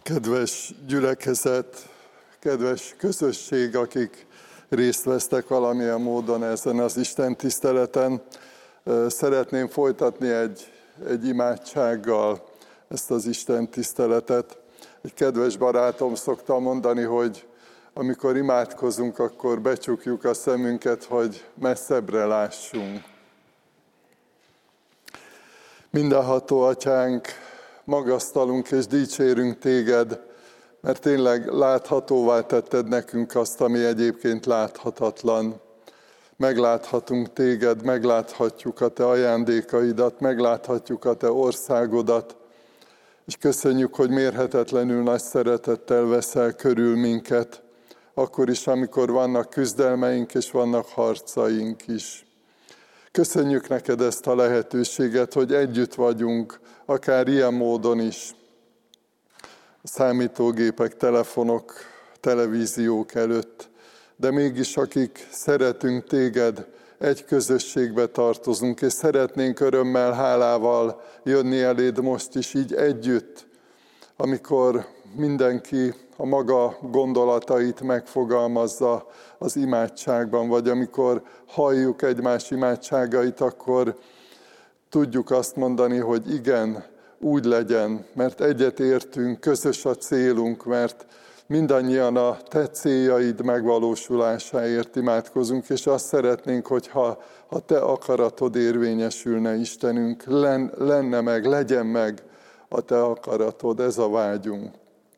Kedves gyülekezet, kedves közösség, akik részt vesztek valamilyen módon ezen az Isten tiszteleten, szeretném folytatni egy imádsággal ezt az Isten tiszteletet. Egy kedves barátom szokta mondani, hogy amikor imádkozunk, akkor becsukjuk a szemünket, hogy messzebbre lássunk. Mindenható Atyánk, magasztalunk és dicsérünk Téged, mert tényleg láthatóvá tetted nekünk azt, ami egyébként láthatatlan. Megláthatunk Téged, megláthatjuk a Te ajándékaidat, megláthatjuk a Te országodat, és köszönjük, hogy mérhetetlenül nagy szeretettel veszel körül minket, akkor is, amikor vannak küzdelmeink és vannak harcaink is. Köszönjük neked ezt a lehetőséget, hogy együtt vagyunk, akár ilyen módon is. Számítógépek, telefonok, televíziók előtt, de mégis akik szeretünk Téged, egy közösségbe tartozunk, és szeretnénk örömmel, hálával jönni eléd most is így együtt, amikor mindenki a maga gondolatait megfogalmazza az imádságban, vagy amikor halljuk egymás imádságait, akkor tudjuk azt mondani, hogy igen, úgy legyen, mert egyet értünk, közös a célunk, mert mindannyian a Te céljaid megvalósulásáért imádkozunk, és azt szeretnénk, hogyha a Te akaratod érvényesülne, Istenünk, lenne meg, legyen meg a Te akaratod, ez a vágyunk.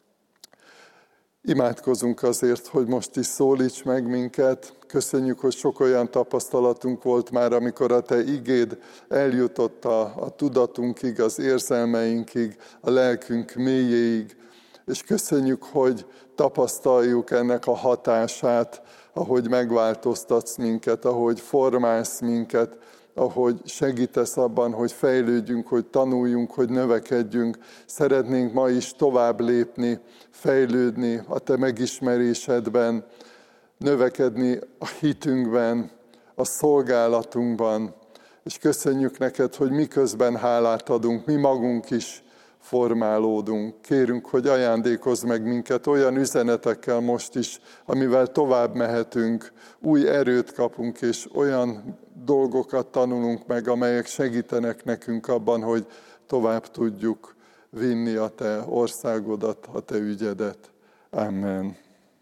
Imádkozunk azért, hogy most is szólíts meg minket. Köszönjük, hogy sok olyan tapasztalatunk volt már, amikor a Te igéd eljutott a tudatunkig, az érzelmeinkig, a lelkünk mélyéig. És köszönjük, hogy tapasztaljuk ennek a hatását, ahogy megváltoztatsz minket, ahogy formálsz minket, ahogy segítesz abban, hogy fejlődjünk, hogy tanuljunk, hogy növekedjünk. Szeretnénk ma is tovább lépni, fejlődni a Te megismerésedben, növekedni a hitünkben, a szolgálatunkban. És köszönjük neked, hogy miközben hálát adunk, mi magunk is formálódunk. Kérünk, hogy ajándékozz meg minket olyan üzenetekkel most is, amivel tovább mehetünk, új erőt kapunk, és olyan dolgokat tanulunk meg, amelyek segítenek nekünk abban, hogy tovább tudjuk vinni a Te országodat, a Te ügyedet. Amen.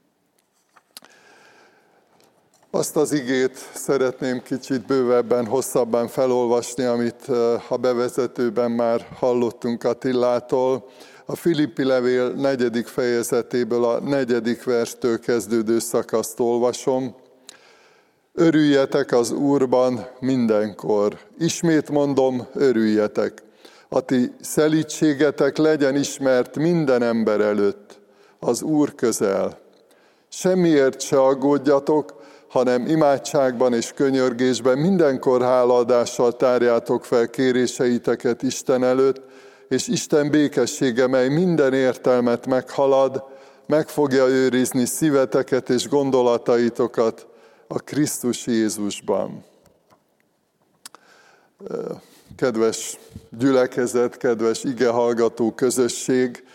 Azt az igét szeretném kicsit bővebben, hosszabban felolvasni, amit a bevezetőben már hallottunk Attilától. A Filippi levél 4. fejezetéből a 4. verstől kezdődő szakaszt olvasom. Örüljetek az Úrban mindenkor. Ismét mondom, örüljetek. A ti szelídségetek legyen ismert minden ember előtt. Az Úr közel. Semmiért se aggódjatok, hanem imádságban és könyörgésben mindenkor hálaadással tárjátok fel kéréseiteket Isten előtt, és Isten békessége, mely minden értelmet meghalad, meg fogja őrizni szíveteket és gondolataitokat a Krisztus Jézusban. Kedves gyülekezet, kedves igehallgató közösség,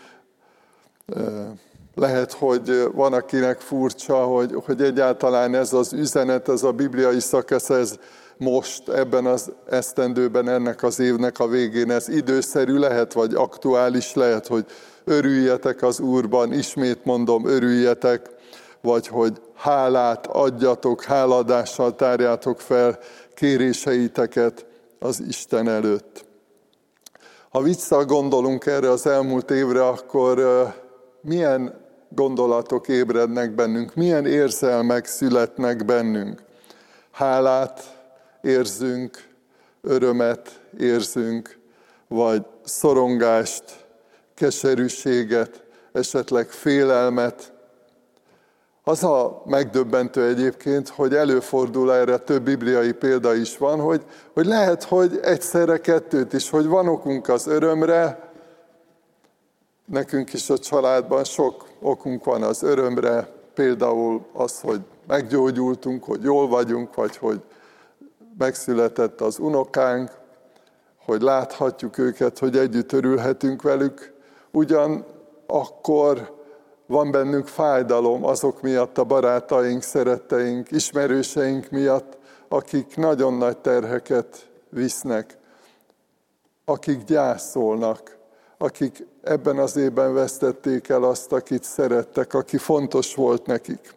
lehet, hogy van, akinek furcsa, hogy egyáltalán ez az üzenet, ez a bibliai szakasz, ez most, ebben az esztendőben, ennek az évnek a végén, ez időszerű lehet, vagy aktuális lehet, hogy örüljetek az Úrban, ismét mondom, örüljetek, vagy hogy hálát adjatok, háladással tárjátok fel kéréseiteket az Isten előtt. Ha visszagondolunk erre az elmúlt évre, akkor milyen gondolatok ébrednek bennünk, milyen érzelmek születnek bennünk. Hálát érzünk, örömet érzünk, vagy szorongást, keserűséget, esetleg félelmet. Az a megdöbbentő egyébként, hogy előfordul erre, több bibliai példa is van, hogy lehet, hogy egyszerre kettőt is, hogy van okunk az örömre, nekünk is a családban sok okunk van az örömre, például az, hogy meggyógyultunk, hogy jól vagyunk, vagy hogy megszületett az unokánk, hogy láthatjuk őket, hogy együtt örülhetünk velük. Ugyan akkor van bennünk fájdalom azok miatt, a barátaink, szeretteink, ismerőseink miatt, akik nagyon nagy terheket visznek, akik gyászolnak, akik ebben az évben vesztették el azt, akit szerettek, aki fontos volt nekik.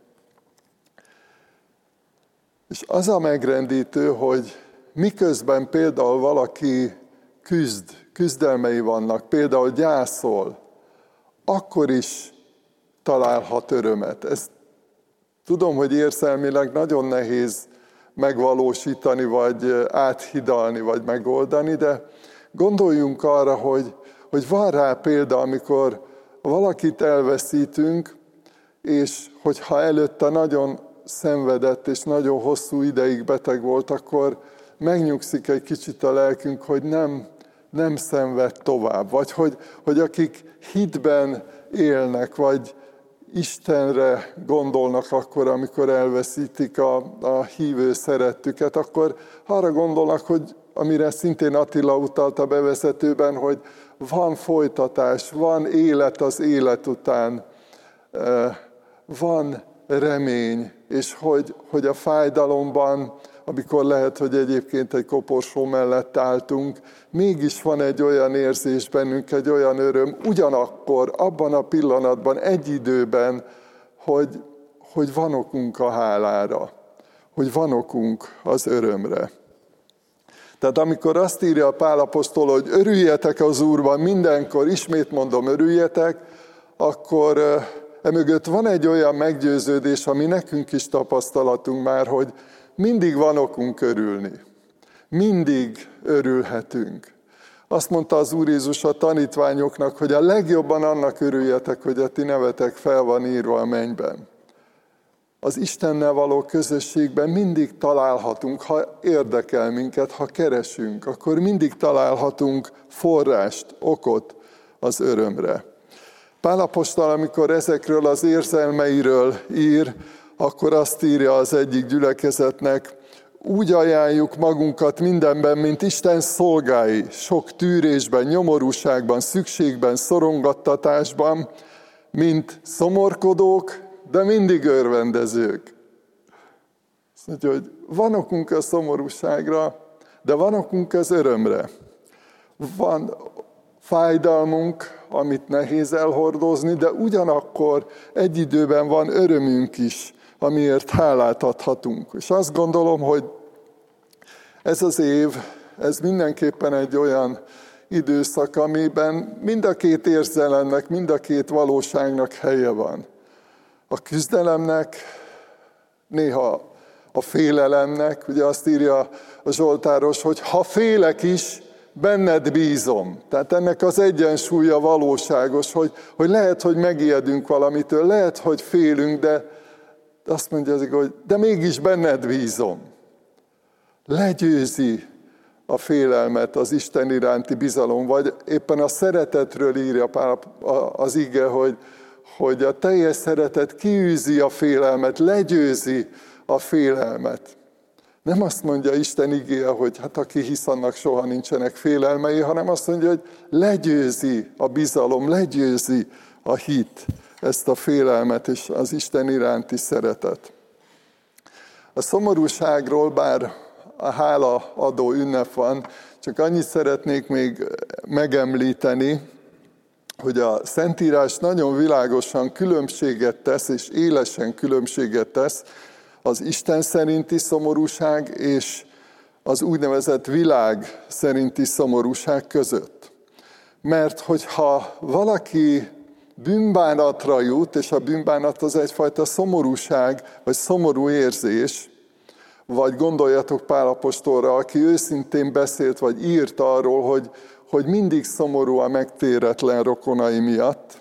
És az a megrendítő, hogy miközben például valaki küzdelmei vannak, például gyászol, akkor is találhat örömet. Ezt tudom, hogy érzelmileg nagyon nehéz megvalósítani, vagy áthidalni, vagy megoldani, de gondoljunk arra, hogy van rá példa, amikor valakit elveszítünk, és hogyha előtte nagyon szenvedett, és nagyon hosszú ideig beteg volt, akkor megnyugszik egy kicsit a lelkünk, hogy nem szenved tovább. Vagy hogy akik hitben élnek, vagy Istenre gondolnak akkor, amikor elveszítik a hívő szerettüket, akkor arra gondolnak, hogy amire szintén Attila utalt a bevezetőben, hogy van folytatás, van élet az élet után, van remény, és hogy a fájdalomban, amikor lehet, hogy egyébként egy koporsó mellett álltunk, mégis van egy olyan érzés bennünk, egy olyan öröm, ugyanakkor, abban a pillanatban, egy időben, hogy van okunk a hálára, hogy van okunk az örömre. Tehát amikor azt írja Pál apostol, hogy örüljetek az Úrban mindenkor, ismét mondom, örüljetek, akkor emögött van egy olyan meggyőződés, ami nekünk is tapasztalatunk már, hogy mindig van okunk örülni. Mindig örülhetünk. Azt mondta az Úr Jézus a tanítványoknak, hogy a legjobban annak örüljetek, hogy a ti nevetek fel van írva a mennyben. Az Istennel való közösségben mindig találhatunk, ha érdekel minket, ha keresünk, akkor mindig találhatunk forrást, okot az örömre. Pál apostol, amikor ezekről az érzelmeiről ír, akkor azt írja az egyik gyülekezetnek, úgy ajánljuk magunkat mindenben, mint Isten szolgái, sok tűrésben, nyomorúságban, szükségben, szorongattatásban, mint szomorkodók, de mindig örvendezők. Azt mondja, hogy van okunk a szomorúságra, de van okunk az örömre. Van fájdalmunk, amit nehéz elhordozni, de ugyanakkor egy időben van örömünk is, amiért hálát adhatunk. És azt gondolom, hogy ez az év, ez mindenképpen egy olyan időszak, amiben mind a két érzelemnek, mind a két valóságnak helye van. A küzdelemnek, néha a félelemnek, ugye azt írja a Zsoltáros, hogy ha félek is, benned bízom. Tehát ennek az egyensúlya valóságos, hogy lehet, hogy megijedünk valamitől, lehet, hogy félünk, de azt mondja az, hogy de mégis benned bízom. Legyőzi a félelmet az Isten iránti bizalom, vagy éppen a szeretetről írja az ige, hogy a teljes szeretet kiűzi a félelmet, legyőzi a félelmet. Nem azt mondja Isten igéje, hogy hát aki hisz, annak soha nincsenek félelmei, hanem azt mondja, hogy legyőzi a bizalom, legyőzi a hit, ezt a félelmet és az Isten iránti szeretet. A szomorúságról, bár a hálaadó ünnep van, csak annyit szeretnék még megemlíteni, hogy a Szentírás nagyon világosan különbséget tesz, és élesen különbséget tesz az Isten szerinti szomorúság és az úgynevezett világ szerinti szomorúság között. Mert hogyha valaki bűnbánatra jut, és a bűnbánat az egyfajta szomorúság, vagy szomorú érzés, vagy gondoljatok Pál apostolra, aki őszintén beszélt, vagy írt arról, hogy mindig szomorú a megtéretlen rokonai miatt.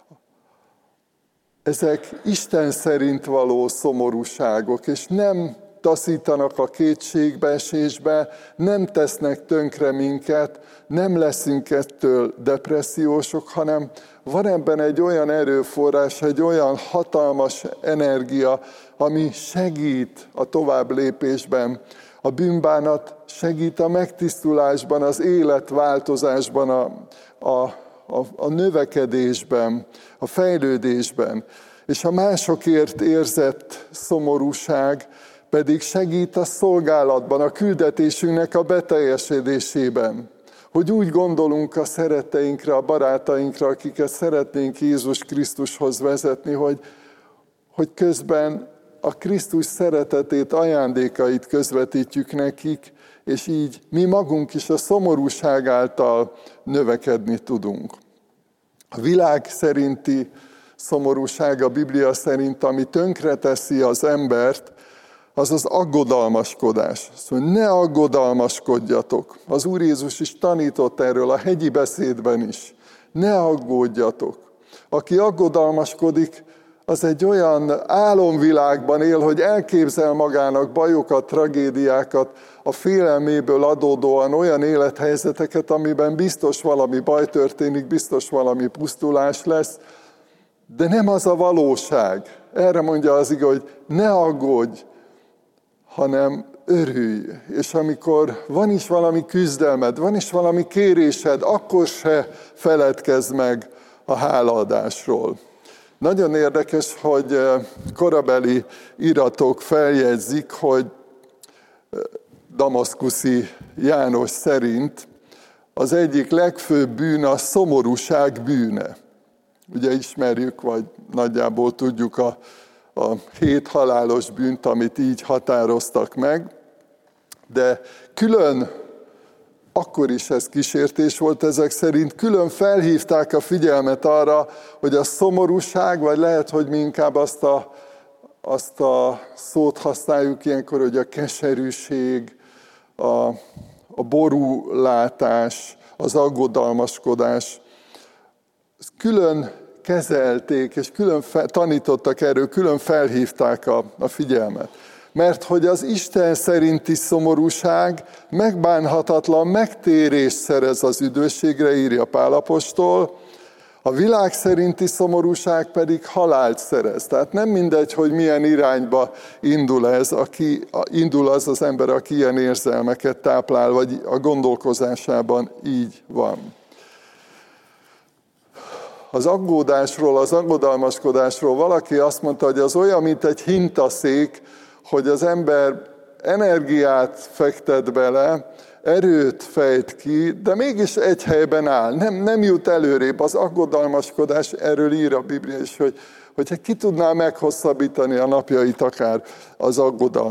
Ezek Isten szerint való szomorúságok, és nem taszítanak a kétségbeesésbe, nem tesznek tönkre minket, nem leszünk ettől depressziósok, hanem van ebben egy olyan erőforrás, egy olyan hatalmas energia, ami segít a tovább lépésben. A bűnbánat segít a megtisztulásban, az életváltozásban, a a növekedésben, a fejlődésben. És a másokért érzett szomorúság pedig segít a szolgálatban, a küldetésünknek a beteljesedésében. Hogy úgy gondolunk a szeretteinkre, a barátainkra, akiket szeretnénk Jézus Krisztushoz vezetni, hogy közben a Krisztus szeretetét, ajándékait közvetítjük nekik, és így mi magunk is a szomorúság által növekedni tudunk. A világ szerinti szomorúság, a Biblia szerint, ami tönkreteszi az embert, az az aggodalmaskodás. Szóval ne aggodalmaskodjatok. Az Úr Jézus is tanított erről a hegyi beszédben is. Ne aggódjatok. Aki aggodalmaskodik, az egy olyan álomvilágban él, hogy elképzel magának bajokat, tragédiákat, a félelméből adódóan olyan élethelyzeteket, amiben biztos valami baj történik, biztos valami pusztulás lesz, de nem az a valóság. Erre mondja az ige, hogy ne aggódj, hanem örülj. És amikor van is valami küzdelmed, van is valami kérésed, akkor se feledkezz meg a hálaadásról. Nagyon érdekes, hogy korabeli iratok feljegyzik, hogy Damaszkuszi János szerint az egyik legfőbb bűn a szomorúság bűne. Ugye ismerjük, vagy nagyjából tudjuk a 7 halálos bűnt, amit így határoztak meg, de külön, akkor is ez kísértés volt ezek szerint, külön felhívták a figyelmet arra, hogy a szomorúság, vagy lehet, hogy mi inkább azt a szót használjuk ilyenkor, hogy a keserűség, a borúlátás, az aggodalmaskodás, külön kezelték, és külön tanítottak erről, külön felhívták a figyelmet. Mert hogy az Isten szerinti szomorúság megbánhatatlan megtérést szerez az üdvösségre, írja Pál apostol, a világ szerinti szomorúság pedig halált szerez. Tehát nem mindegy, hogy milyen irányba indul az ember, aki ilyen érzelmeket táplál, vagy a gondolkozásában így van. Az aggódásról, az aggodalmaskodásról valaki azt mondta, hogy az olyan, mint egy hintaszék, hogy az ember energiát fektet bele, erőt fejt ki, de mégis egy helyben áll, nem jut előrébb. Az aggodalmaskodás, erről ír a Biblia is, hogyha ki tudná meghosszabbítani a napjait akár az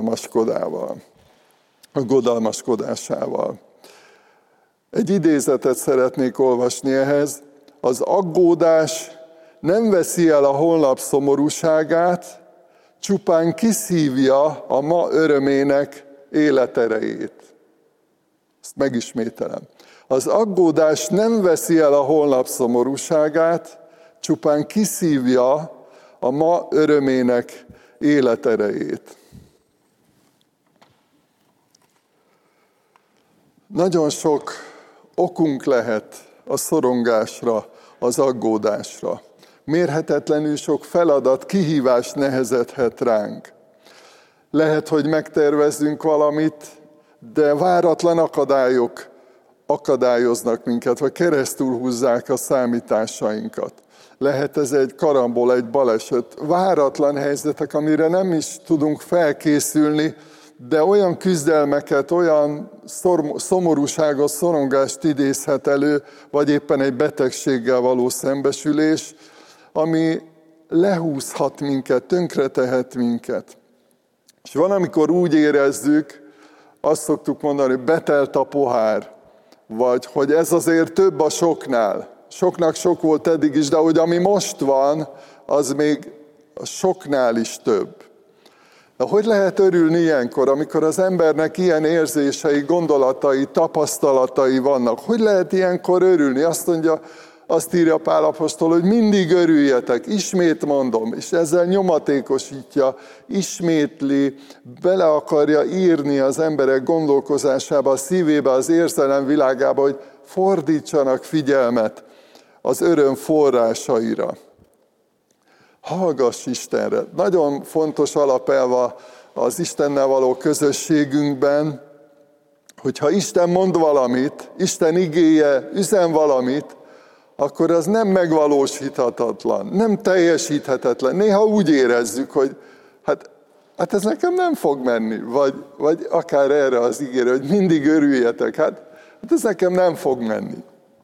aggodalmaskodásával. Egy idézetet szeretnék olvasni ehhez. Az aggódás nem veszi el a holnap szomorúságát, csupán kiszívja a ma örömének életerejét. Ezt megismételem. Az aggódás nem veszi el a holnap szomorúságát, csupán kiszívja a ma örömének életerejét. Nagyon sok okunk lehet a szorongásra, az aggódásra. Mérhetetlenül sok feladat, kihívás nehezedhet ránk. Lehet, hogy megtervezzünk valamit, de váratlan akadályok akadályoznak minket, vagy keresztül húzzák a számításainkat. Lehet ez egy karambol, egy baleset, váratlan helyzetek, amire nem is tudunk felkészülni, de olyan küzdelmeket, olyan szomorúságot, szorongást idézhet elő, vagy éppen egy betegséggel való szembesülés, ami lehúzhat minket, tönkretehet minket. És van, amikor úgy érezzük, azt szoktuk mondani, hogy betelt a pohár, vagy hogy ez azért több a soknál. Soknak sok volt eddig is, de hogy ami most van, az még a soknál is több. De hogy lehet örülni ilyenkor, amikor az embernek ilyen érzései, gondolatai, tapasztalatai vannak? Hogy lehet ilyenkor örülni? Azt írja Pál apostol, hogy mindig örüljetek, ismét mondom, és ezzel nyomatékosítja, ismétli, bele akarja írni az emberek gondolkozásába, a szívébe, az érzelem világába, hogy fordítsanak figyelmet az öröm forrásaira. Hallgass Istenre. Nagyon fontos alapelv az Istennel való közösségünkben, hogyha Isten mond valamit, Isten igéje üzen valamit, akkor az nem megvalósíthatatlan, nem teljesíthetetlen. Néha úgy érezzük, hogy hát ez nekem nem fog menni, vagy akár erre az ígére, hogy mindig örüljetek, hát ez nekem nem fog menni.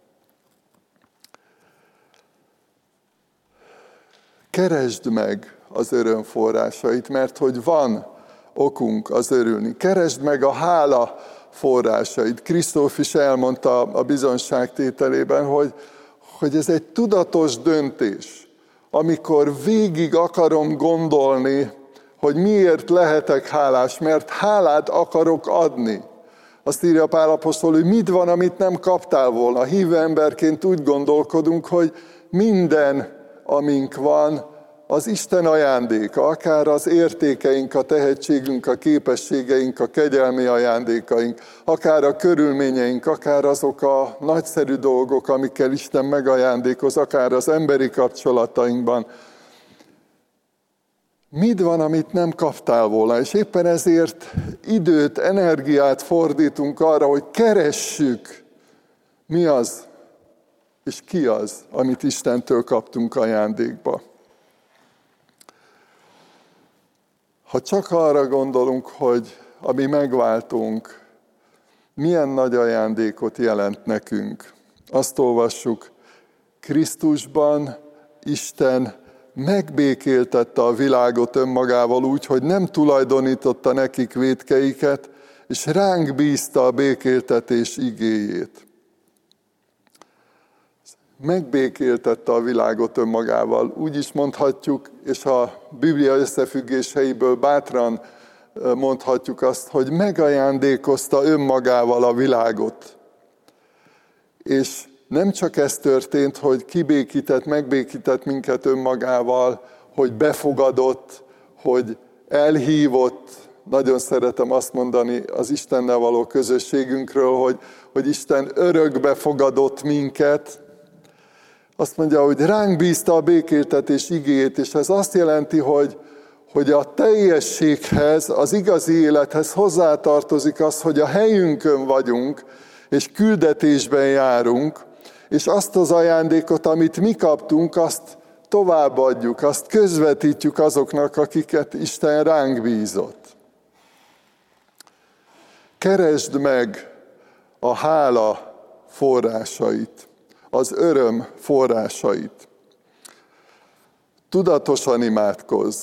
Keresd meg az öröm forrásait, mert hogy van okunk az örülni. Keresd meg a hála forrásait. Kristóf is elmondta a bizonságtételében, hogy ez egy tudatos döntés, amikor végig akarom gondolni, hogy miért lehetek hálás, mert hálát akarok adni. Azt írja Pál apostol, hogy mit van, amit nem kaptál volna. Hívő emberként úgy gondolkodunk, hogy minden, amink van, az Isten ajándéka, akár az értékeink, a tehetségünk, a képességeink, a kegyelmi ajándékaink, akár a körülményeink, akár azok a nagyszerű dolgok, amikkel Isten megajándékoz, akár az emberi kapcsolatainkban. Mit van, amit nem kaptál volna? És éppen ezért időt, energiát fordítunk arra, hogy keressük, mi az, és ki az, amit Istentől kaptunk ajándékba. Ha csak arra gondolunk, hogy a mi megváltunk milyen nagy ajándékot jelent nekünk, azt olvassuk, Krisztusban Isten megbékéltette a világot önmagával úgy, hogy nem tulajdonította nekik vétkeiket, és ránk bízta a békéltetés igéjét. Megbékéltette a világot önmagával, úgy is mondhatjuk, és a Biblia összefüggéseiből bátran mondhatjuk azt, hogy megajándékozta önmagával a világot. És nem csak ez történt, hogy megbékített minket önmagával, hogy befogadott, hogy elhívott. Nagyon szeretem azt mondani az Istennel való közösségünkről, hogy Isten örökbe fogadott minket. Azt mondja, hogy ránk bízta a békéltetés igéjét, és ez azt jelenti, hogy a teljességhez, az igazi élethez hozzátartozik az, hogy a helyünkön vagyunk, és küldetésben járunk, és azt az ajándékot, amit mi kaptunk, azt továbbadjuk, azt közvetítjük azoknak, akiket Isten ránk bízott. Keresd meg a hála forrásait, az öröm forrásait. Tudatosan imádkozz.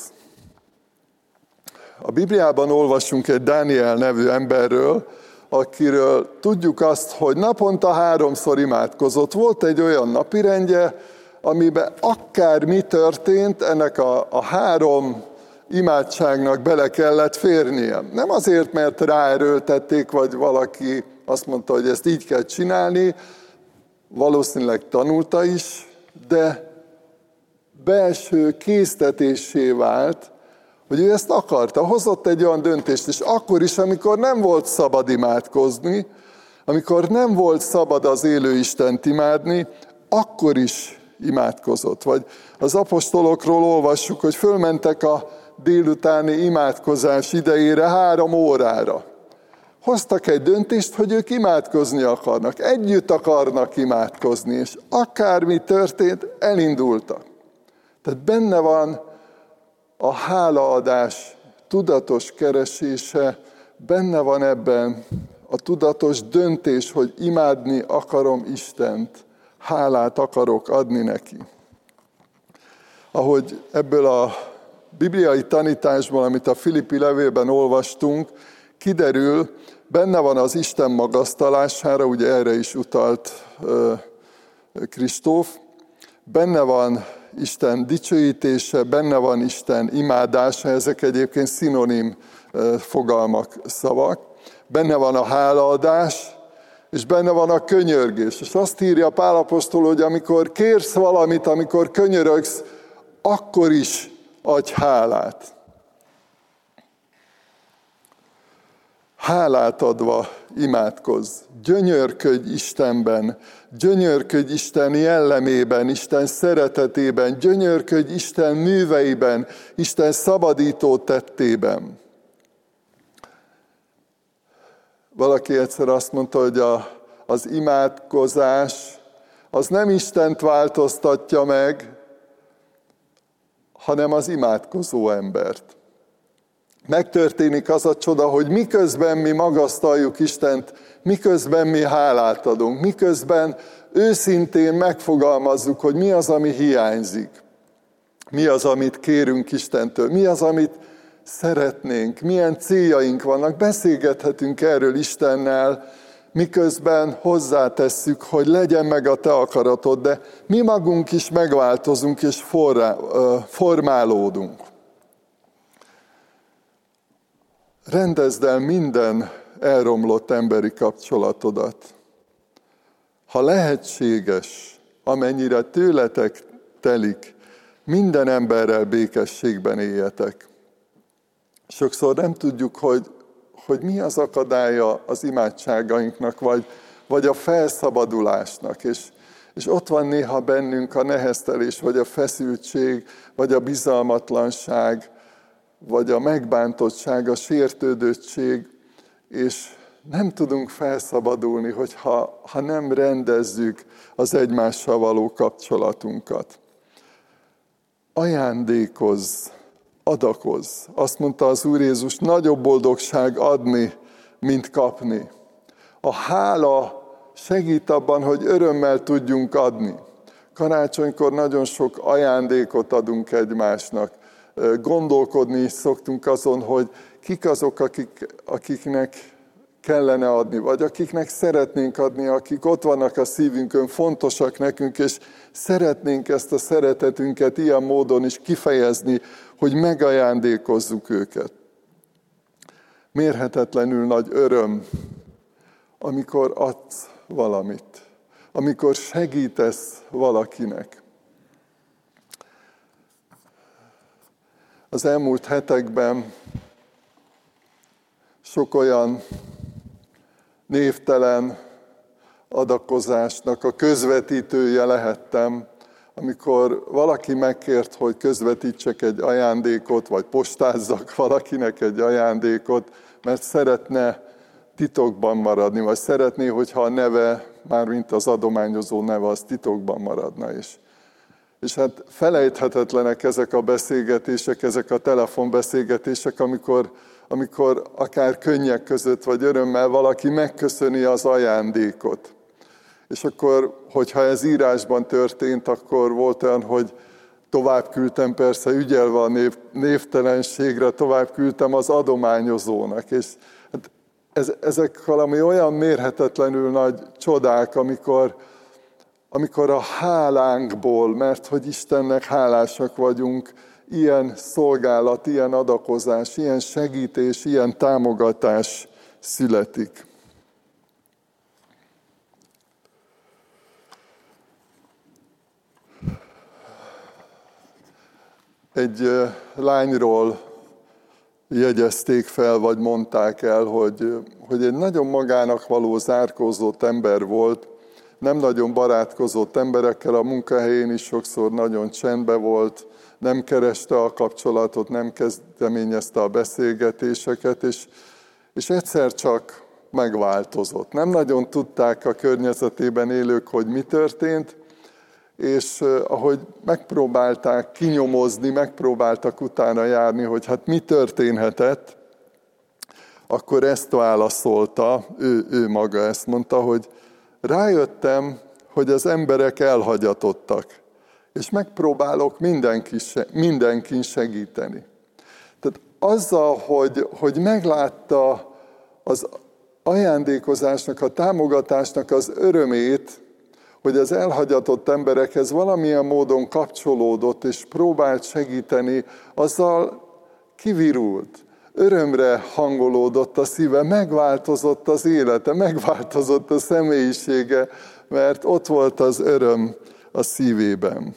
A Bibliában olvasunk egy Dániel nevű emberről, akiről tudjuk azt, hogy naponta 3-szor imádkozott. Volt egy olyan napirendje, amiben akár mi történt, ennek a 3 imádságnak bele kellett férnie. Nem azért, mert ráerőltették, vagy valaki azt mondta, hogy ezt így kell csinálni, valószínűleg tanulta is, de belső késztetésé vált, hogy ő ezt akarta. Hozott egy olyan döntést, és akkor is, amikor nem volt szabad imádkozni, amikor nem volt szabad az élő Istent imádni, akkor is imádkozott. Vagy az apostolokról olvassuk, hogy fölmentek a délutáni imádkozás idejére 3 órára. Hoztak egy döntést, hogy ők imádkozni akarnak, együtt akarnak imádkozni, és akármi történt, elindultak. Tehát benne van a hálaadás tudatos keresése, benne van ebben a tudatos döntés, hogy imádni akarom Istent, hálát akarok adni neki. Ahogy ebből a bibliai tanításból, amit a Filippi levélben olvastunk, kiderül, benne van az Isten magasztalására, ugye erre is utalt Kristóf, benne van Isten dicsőítése, benne van Isten imádása, ezek egyébként szinonim fogalmak, szavak. Benne van a hálaadás, és benne van a könyörgés. És azt írja Pál apostol, hogy amikor kérsz valamit, amikor könyörögsz, akkor is adj hálát. Hálát adva imádkozz, gyönyörködj Istenben, gyönyörködj Isten jellemében, Isten szeretetében, gyönyörködj Isten műveiben, Isten szabadító tettében. Valaki egyszer azt mondta, hogy az imádkozás az nem Istent változtatja meg, hanem az imádkozó embert. Megtörténik az a csoda, hogy miközben mi magasztaljuk Istent, miközben mi hálát adunk, miközben őszintén megfogalmazzuk, hogy mi az, ami hiányzik, mi az, amit kérünk Istentől, mi az, amit szeretnénk, milyen céljaink vannak, beszélgethetünk erről Istennel, miközben hozzátesszük, hogy legyen meg a te akaratod, de mi magunk is megváltozunk és formálódunk. Rendezd el minden elromlott emberi kapcsolatodat. Ha lehetséges, amennyire tőletek telik, minden emberrel békességben éljetek. Sokszor nem tudjuk, hogy mi az akadálya az imádságainknak, vagy a felszabadulásnak. És ott van néha bennünk a neheztelés, vagy a feszültség, vagy a bizalmatlanság, vagy a megbántottság, a sértődöttség, és nem tudunk felszabadulni, ha nem rendezzük az egymással való kapcsolatunkat. Ajándékozz, adakozz. Azt mondta az Úr Jézus, nagyobb boldogság adni, mint kapni. A hála segít abban, hogy örömmel tudjunk adni. Karácsonykor nagyon sok ajándékot adunk egymásnak. Gondolkodni is szoktunk azon, hogy kik azok, akiknek kellene adni, vagy akiknek szeretnénk adni, akik ott vannak a szívünkön, fontosak nekünk, és szeretnénk ezt a szeretetünket ilyen módon is kifejezni, hogy megajándékozzuk őket. Mérhetetlenül nagy öröm, amikor adsz valamit, amikor segítesz valakinek. Az elmúlt hetekben sok olyan névtelen adakozásnak a közvetítője lehettem, amikor valaki megkért, hogy közvetítsek egy ajándékot, vagy postázzak valakinek egy ajándékot, mert szeretne titokban maradni, vagy szeretné, hogyha a neve, mármint az adományozó neve, az titokban maradna is. És hát felejthetetlenek ezek a beszélgetések, ezek a telefonbeszélgetések, amikor akár könnyek között, vagy örömmel valaki megköszöni az ajándékot. És akkor, hogyha ez írásban történt, akkor volt olyan, hogy tovább küldtem, persze ügyelve a névtelenségre, tovább küldtem az adományozónak. És hát ezek valami olyan mérhetetlenül nagy csodák, amikor a hálánkból, mert hogy Istennek hálásak vagyunk, ilyen szolgálat, ilyen adakozás, ilyen segítés, ilyen támogatás születik. Egy lányról jegyezték fel, vagy mondták el, hogy egy nagyon magának való zárkózott ember volt, nem nagyon barátkozott emberekkel, a munkahelyén is sokszor nagyon csendben volt, nem kereste a kapcsolatot, nem kezdeményezte a beszélgetéseket, és egyszer csak megváltozott. Nem nagyon tudták a környezetében élők, hogy mi történt, és ahogy megpróbálták kinyomozni, megpróbáltak utána járni, hogy hát mi történhetett, akkor ezt válaszolta, ő maga ezt mondta, hogy rájöttem, hogy az emberek elhagyatottak, és megpróbálok mindenkin segíteni. Tehát azzal, hogy meglátta az ajándékozásnak, a támogatásnak az örömét, hogy az elhagyatott emberekhez valamilyen módon kapcsolódott, és próbált segíteni, azzal kivirult. Örömre hangolódott a szíve, megváltozott az élete, megváltozott a személyisége, mert ott volt az öröm a szívében.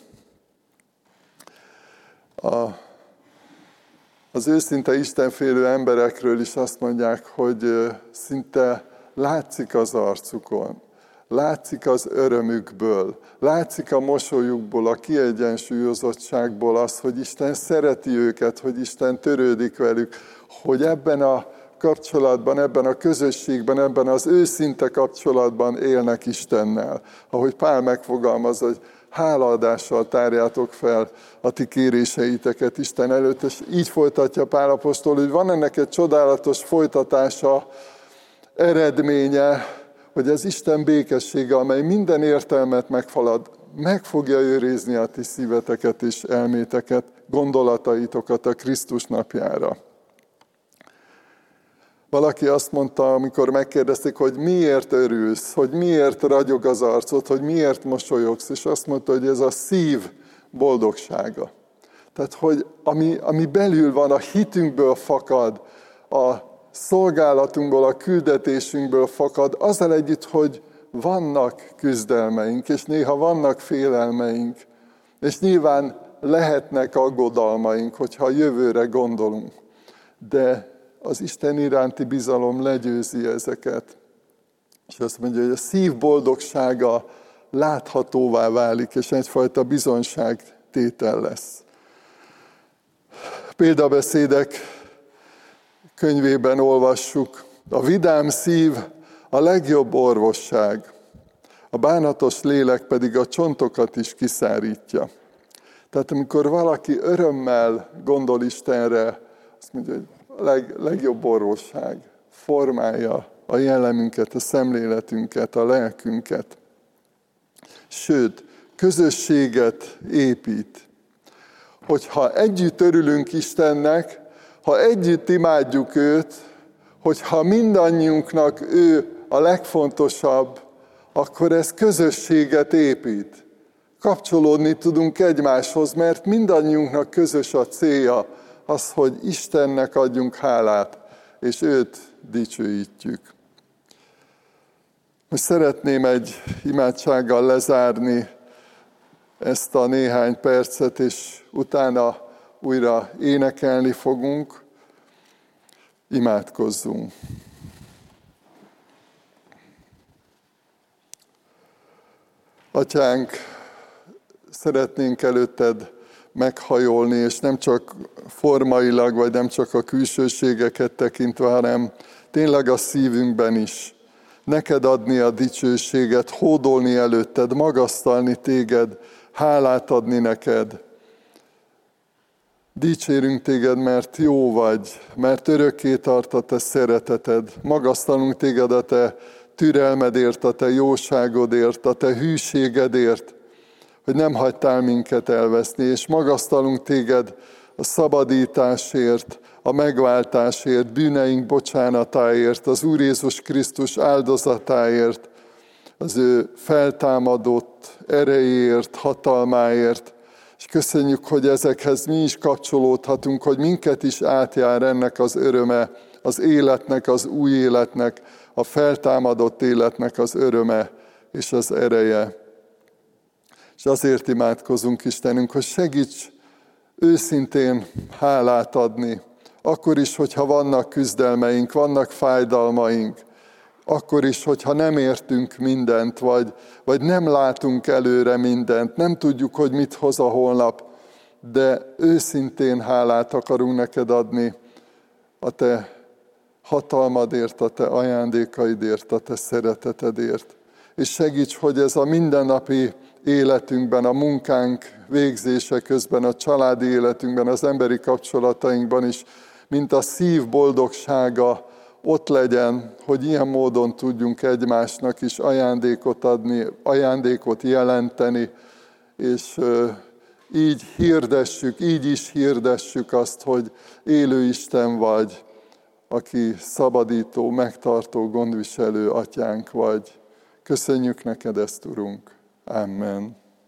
Az őszinte istenfélő emberekről is azt mondják, hogy szinte látszik az arcukon, látszik az örömükből, látszik a mosolyukból, a kiegyensúlyozottságból az, hogy Isten szereti őket, hogy Isten törődik velük, hogy ebben a kapcsolatban, ebben a közösségben, ebben az őszinte kapcsolatban élnek Istennel. Ahogy Pál megfogalmaz, hogy hálaadással tárjátok fel a ti kéréseiteket Isten előtt, és így folytatja Pál apostol, hogy van ennek egy csodálatos folytatása, eredménye, hogy az Isten békessége, amely minden értelmet meghalad, meg fogja őrizni a ti szíveteket és elméteket, gondolataitokat a Krisztus napjára. Valaki azt mondta, amikor megkérdezték, hogy miért örülsz, hogy miért ragyog az arcod, hogy miért mosolyogsz, és azt mondta, hogy ez a szív boldogsága. Tehát, hogy ami belül van, a hitünkből fakad, a szolgálatunkból, a küldetésünkből fakad, azzal együtt, hogy vannak küzdelmeink, és néha vannak félelmeink, és nyilván lehetnek aggodalmaink, hogyha a jövőre gondolunk. De az Isten iránti bizalom legyőzi ezeket. És azt mondja, hogy a szív boldogsága láthatóvá válik, és egyfajta bizonyságtétel lesz. Példabeszédek könyvében olvassuk, a vidám szív a legjobb orvosság, a bánatos lélek pedig a csontokat is kiszárítja. Tehát amikor valaki örömmel gondol Istenre, azt mondja, hogy a legjobb orvosság formálja a jellemünket, a szemléletünket, a lelkünket. Sőt, közösséget épít. Hogyha együtt örülünk Istennek, ha együtt imádjuk őt, hogyha mindannyiunknak ő a legfontosabb, akkor ez közösséget épít. Kapcsolódni tudunk egymáshoz, mert mindannyiunknak közös a célja, az, hogy Istennek adjunk hálát, és őt dicsőítjük. Most szeretném egy imádsággal lezárni ezt a néhány percet, és utána újra énekelni fogunk. Imádkozzunk. Atyánk, szeretnénk előtted meghajolni, és nem csak formailag, vagy nem csak a külsőségeket tekintve, hanem tényleg a szívünkben is. Neked adni a dicsőséget, hódolni előtted, magasztalni téged, hálát adni neked. Dicsérünk téged, mert jó vagy, mert örökké tart a te szereteted. Magasztalunk téged a te türelmedért, a te jóságodért, a te hűségedért, hogy nem hagytál minket elveszni, és magasztalunk téged a szabadításért, a megváltásért, bűneink bocsánatáért, az Úr Jézus Krisztus áldozatáért, az ő feltámadott erejéért, hatalmáért, és köszönjük, hogy ezekhez mi is kapcsolódhatunk, hogy minket is átjár ennek az öröme, az életnek, az új életnek, a feltámadott életnek az öröme és az ereje. És azért imádkozunk Istenünk, hogy segíts őszintén hálát adni, akkor is, hogyha vannak küzdelmeink, vannak fájdalmaink, akkor is, hogyha nem értünk mindent, vagy nem látunk előre mindent, nem tudjuk, hogy mit hoz a holnap, de őszintén hálát akarunk neked adni a te hatalmadért, a te ajándékaidért, a te szeretetedért. És segíts, hogy ez a mindennapi életünkben, a munkánk végzése közben, a családi életünkben, az emberi kapcsolatainkban is, mint a szív boldogsága ott legyen, hogy ilyen módon tudjunk egymásnak is ajándékot adni, ajándékot jelenteni, és így is hirdessük azt, hogy élő Isten vagy, aki szabadító, megtartó, gondviselő atyánk vagy. Köszönjük neked ezt, Urunk. Amen.